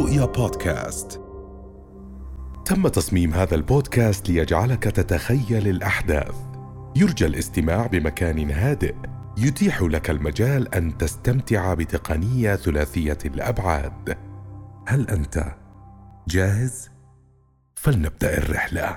رؤيا بودكاست. تم تصميم هذا البودكاست ليجعلك تتخيل الأحداث. يرجى الاستماع بمكان هادئ يتيح لك المجال أن تستمتع بتقنية ثلاثية الأبعاد. هل أنت جاهز؟ فلنبدأ الرحلة.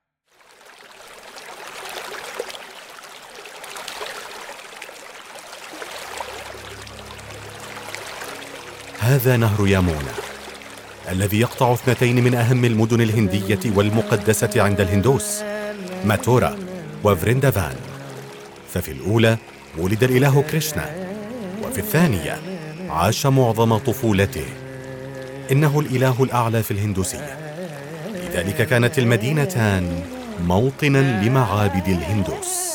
هذا نهر يامونا الذي يقطع 2 من أهم المدن الهندية والمقدسة عند الهندوس، ماتورا وفريندافان. ففي الأولى ولد الإله كريشنا، وفي الثانية عاش معظم طفولته. إنه الإله الأعلى في الهندوسية، لذلك كانت المدينتان موطناً لمعابد الهندوس.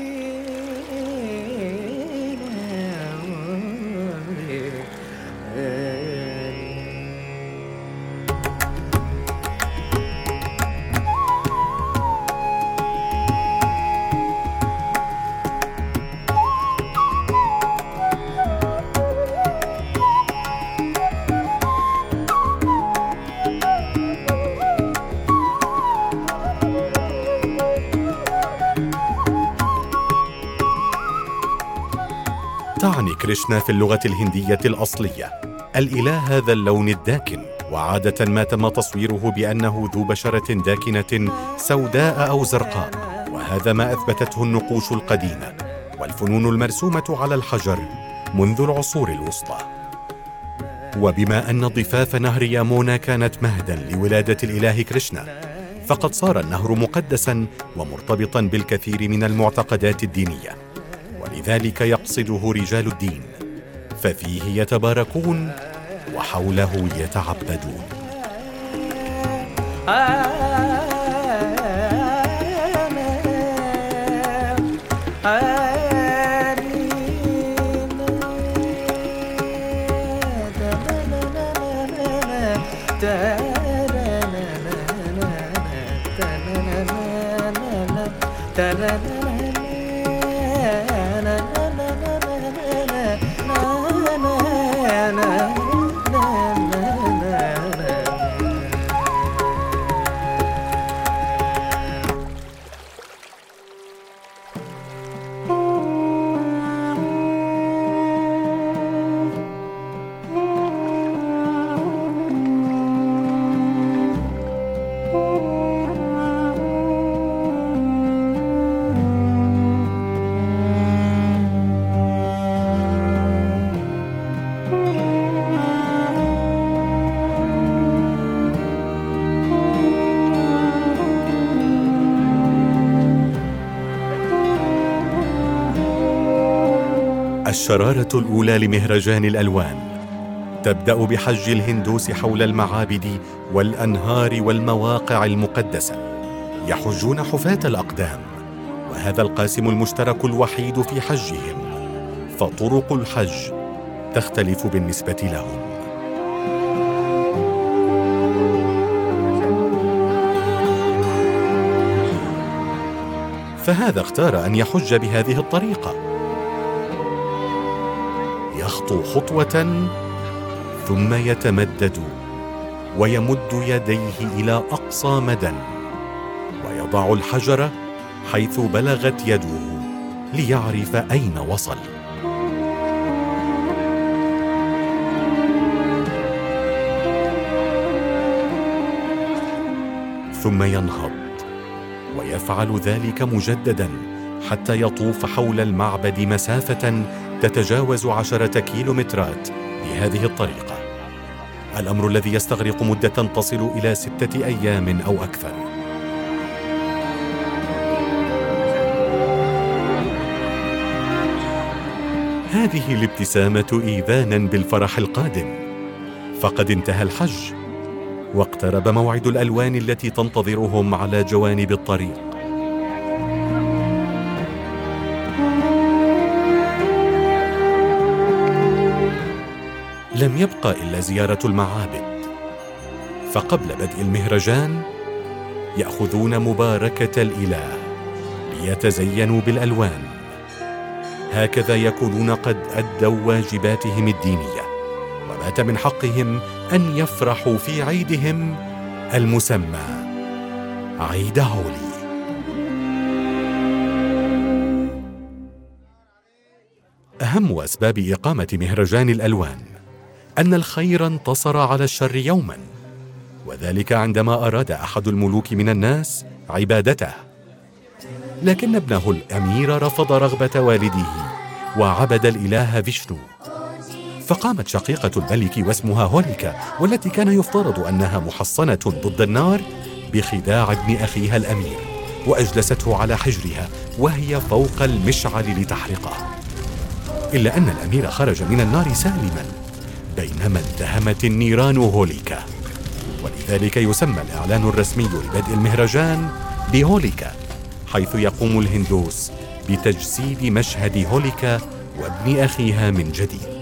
تعني كريشنا في اللغة الهندية الأصلية الإله هذا اللون الداكن، وعادة ما تم تصويره بأنه ذو بشرة داكنة سوداء أو زرقاء، وهذا ما أثبتته النقوش القديمة والفنون المرسومة على الحجر منذ العصور الوسطى. وبما أن ضفاف نهر يامونا كانت مهداً لولادة الإله كريشنا، فقد صار النهر مقدساً ومرتبطاً بالكثير من المعتقدات الدينية، ولذلك يقصده رجال الدين، ففيه يتباركون وحوله يتعبدون. الشرارة الأولى لمهرجان الألوان تبدأ بحج الهندوس حول المعابد والأنهار والمواقع المقدسة. يحجون حفاة الأقدام، وهذا القاسم المشترك الوحيد في حجهم، فطرق الحج تختلف بالنسبة لهم. فهذا اختار أن يحج بهذه الطريقة: يخطو خطوة ثم يتمدد ويمد يديه إلى أقصى مدى، ويضع الحجر حيث بلغت يده ليعرف أين وصل. ثم ينهض ويفعل ذلك مجددا حتى يطوف حول المعبد مسافة تتجاوز 10 كيلومترات بهذه الطريقة، الأمر الذي يستغرق مدة تصل إلى 6 أيام أو أكثر. هذه الابتسامة إيذانا بالفرح القادم، فقد انتهى الحج واقترب موعد الألوان التي تنتظرهم على جوانب الطريق. لم يبقى إلا زيارة المعابد، فقبل بدء المهرجان يأخذون مباركة الإله ليتزينوا بالألوان. هكذا يكونون قد أدوا واجباتهم الدينية وبات من حقهم أن يفرحوا في عيدهم المسمى عيد هولي. أهم أسباب إقامة مهرجان الألوان أن الخير انتصر على الشر يوماً، وذلك عندما أراد أحد الملوك من الناس عبادته، لكن ابنه الأمير رفض رغبة والده وعبد الإله فيشنو. فقامت شقيقة الملك واسمها هوليكا، والتي كان يفترض أنها محصنة ضد النار، بخداع ابن أخيها الأمير، وأجلسته على حجرها وهي فوق المشعل لتحرقه. إلا أن الأمير خرج من النار سالما، بينما التهمت النيران هوليكا، ولذلك يسمى الإعلان الرسمي لبدء المهرجان بهوليكا، حيث يقوم الهندوس بتجسيد مشهد هوليكا وابن أخيها من جديد.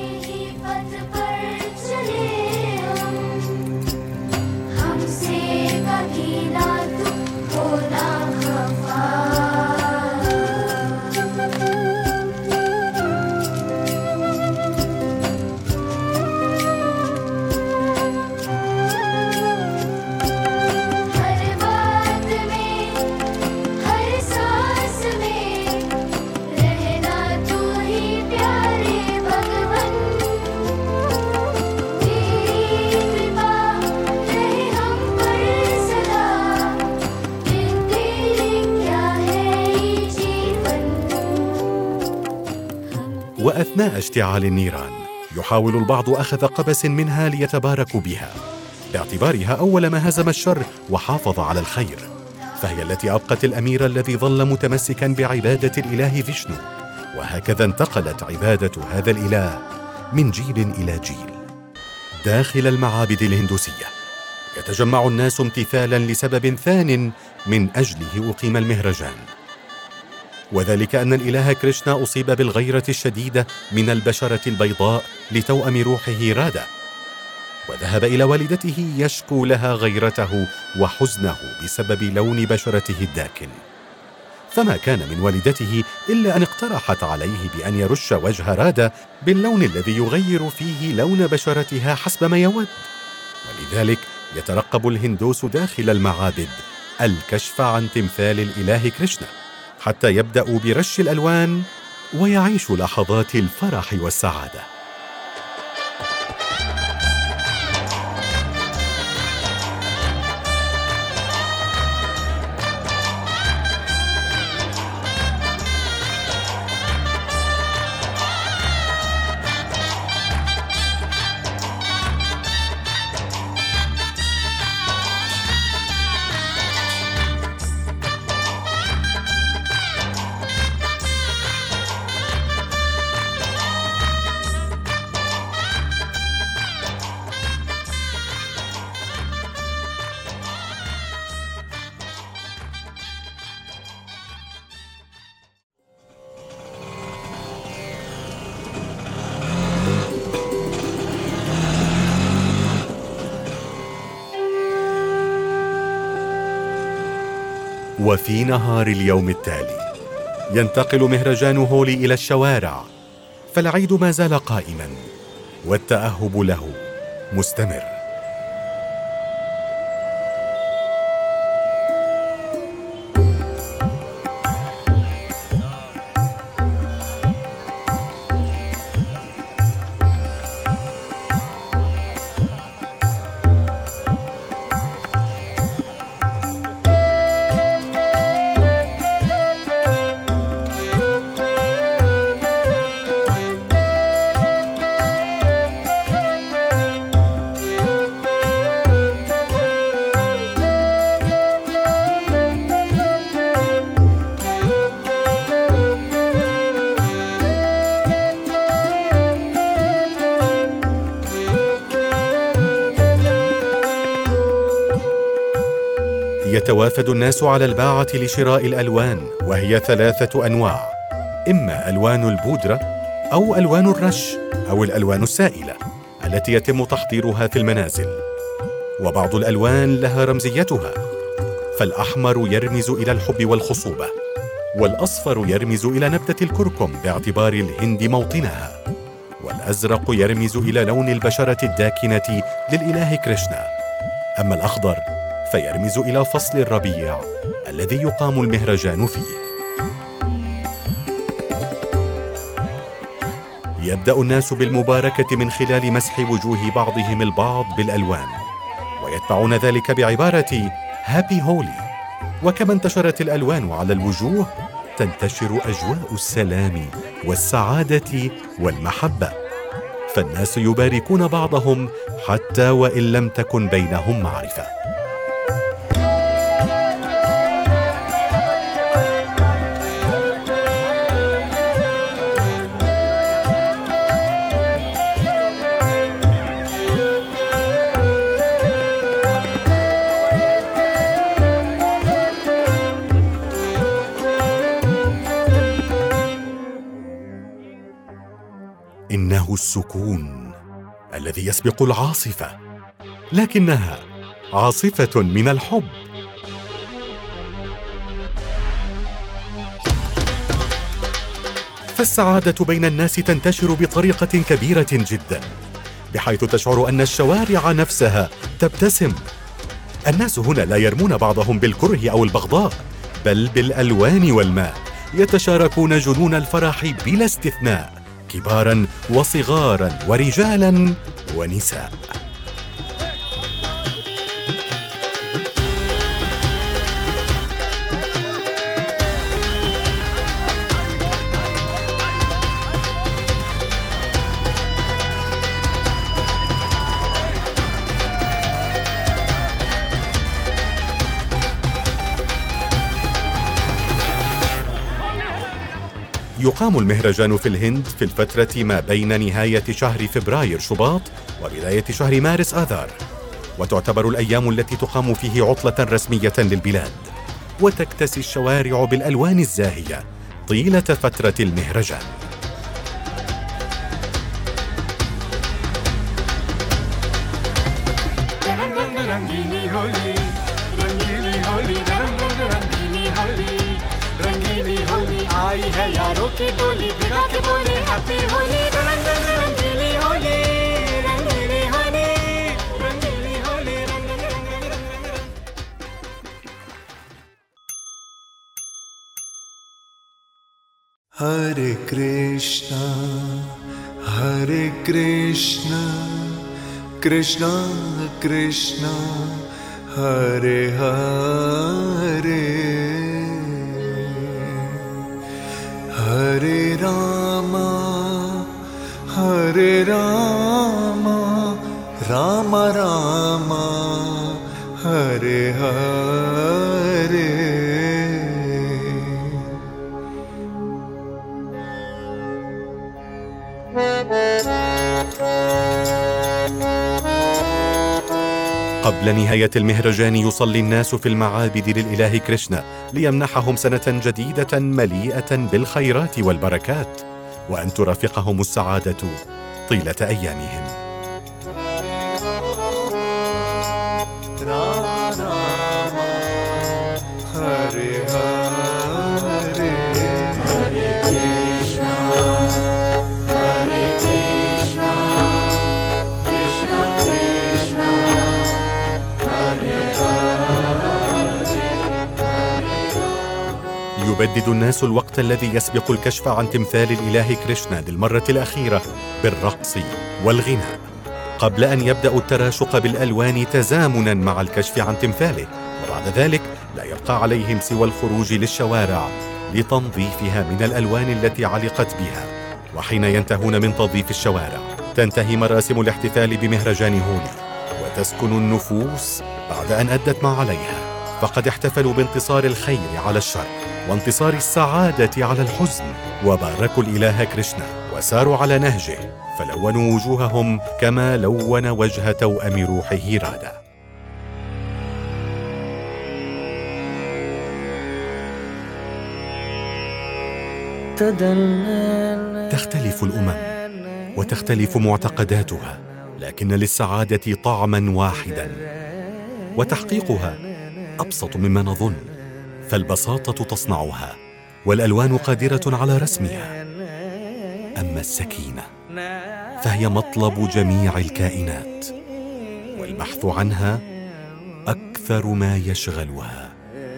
وأثناء اشتعال النيران يحاول البعض أخذ قبس منها ليتباركوا بها، باعتبارها أول ما هزم الشر وحافظ على الخير، فهي التي أبقت الأمير الذي ظل متمسكا بعبادة الإله فيشنو. وهكذا انتقلت عبادة هذا الإله من جيل إلى جيل. داخل المعابد الهندوسية يتجمع الناس امتثالا لسبب ثان من أجله أقيم المهرجان، وذلك أن الإله كريشنا أصيب بالغيرة الشديدة من البشرة البيضاء لتوأم روحه رادا، وذهب إلى والدته يشكو لها غيرته وحزنه بسبب لون بشرته الداكن. فما كان من والدته إلا أن اقترحت عليه بأن يرش وجه رادا باللون الذي يغير فيه لون بشرتها حسب ما يود. ولذلك يترقب الهندوس داخل المعابد الكشف عن تمثال الإله كريشنا، حتى يبدأوا برش الألوان ويعيشوا لحظات الفرح والسعادة. وفي نهار اليوم التالي ينتقل مهرجان هولي إلى الشوارع، فالعيد ما زال قائما والتأهب له مستمر. يتوافد الناس على الباعة لشراء الألوان، وهي 3 أنواع: إما ألوان البودرة أو ألوان الرش أو الألوان السائلة التي يتم تحضيرها في المنازل. وبعض الألوان لها رمزيتها، فالأحمر يرمز إلى الحب والخصوبة، والأصفر يرمز إلى نبتة الكركم باعتبار الهند موطنها، والأزرق يرمز إلى لون البشرة الداكنة للإله كريشنا، أما الأخضر فيرمز إلى فصل الربيع الذي يقام المهرجان فيه. يبدأ الناس بالمباركة من خلال مسح وجوه بعضهم البعض بالألوان، ويتبعون ذلك بعبارة هابي هولي. وكما انتشرت الألوان على الوجوه، تنتشر أجواء السلام والسعادة والمحبة، فالناس يباركون بعضهم حتى وإن لم تكن بينهم معرفة. إنه السكون الذي يسبق العاصفة، لكنها عاصفة من الحب. فالسعادة بين الناس تنتشر بطريقة كبيرة جدا، بحيث تشعر أن الشوارع نفسها تبتسم. الناس هنا لا يرمون بعضهم بالكره أو البغضاء، بل بالألوان والماء، يتشاركون جنون الفرح بلا استثناء، كباراً وصغاراً ورجالاً ونساء. يقام المهرجان في الهند في الفترة ما بين نهاية شهر فبراير شباط وبداية شهر مارس آذار، وتعتبر الأيام التي تقام فيه عطلة رسمية للبلاد، وتكتسي الشوارع بالألوان الزاهية طيلة فترة المهرجان. Hare Krishna, Hare Krishna, Krishna Krishna, Hare Hare, Hare Rama, Hare Rama, Rama Rama, Hare Hare. قبل نهاية المهرجان يصلي الناس في المعابد للإله كريشنا ليمنحهم سنة جديدة مليئة بالخيرات والبركات، وأن ترافقهم السعادة طيلة أيامهم. يبدد الناس الوقت الذي يسبق الكشف عن تمثال الإله كريشنا للمرة الأخيرة بالرقص والغناء، قبل أن يبدأوا التراشق بالألوان تزامناً مع الكشف عن تمثاله، وبعد ذلك لا يبقى عليهم سوى الخروج للشوارع لتنظيفها من الألوان التي علقت بها. وحين ينتهون من تنظيف الشوارع تنتهي مراسم الاحتفال بمهرجان هولي، وتسكن النفوس بعد أن أدت ما عليها، فقد احتفلوا بانتصار الخير على الشر وانتصار السعادة على الحزن، وباركوا الإله كريشنا وساروا على نهجه، فلونوا وجوههم كما لون وجه توأم روحه رادا. تختلف الأمم وتختلف معتقداتها، لكن للسعادة طعما واحدا، وتحقيقها أبسط مما نظن، فالبساطة تصنعها والألوان قادرة على رسمها. أما السكينة فهي مطلب جميع الكائنات، والبحث عنها أكثر ما يشغلها.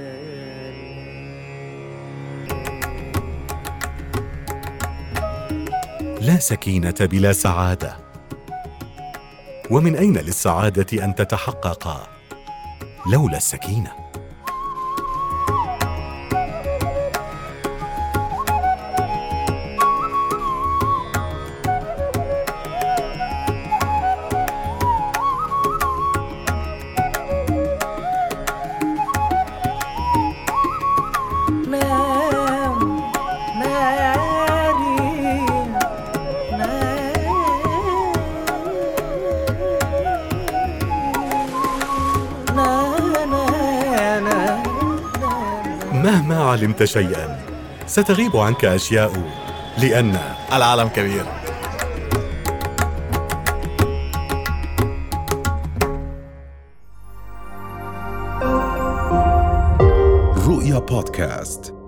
لا سكينة بلا سعادة، ومن أين للسعادة أن تتحقق لولا السكينة؟ مهما علمت شيئا ستغيب عنك أشياء، لأن العالم كبير. رؤيا بودكاست.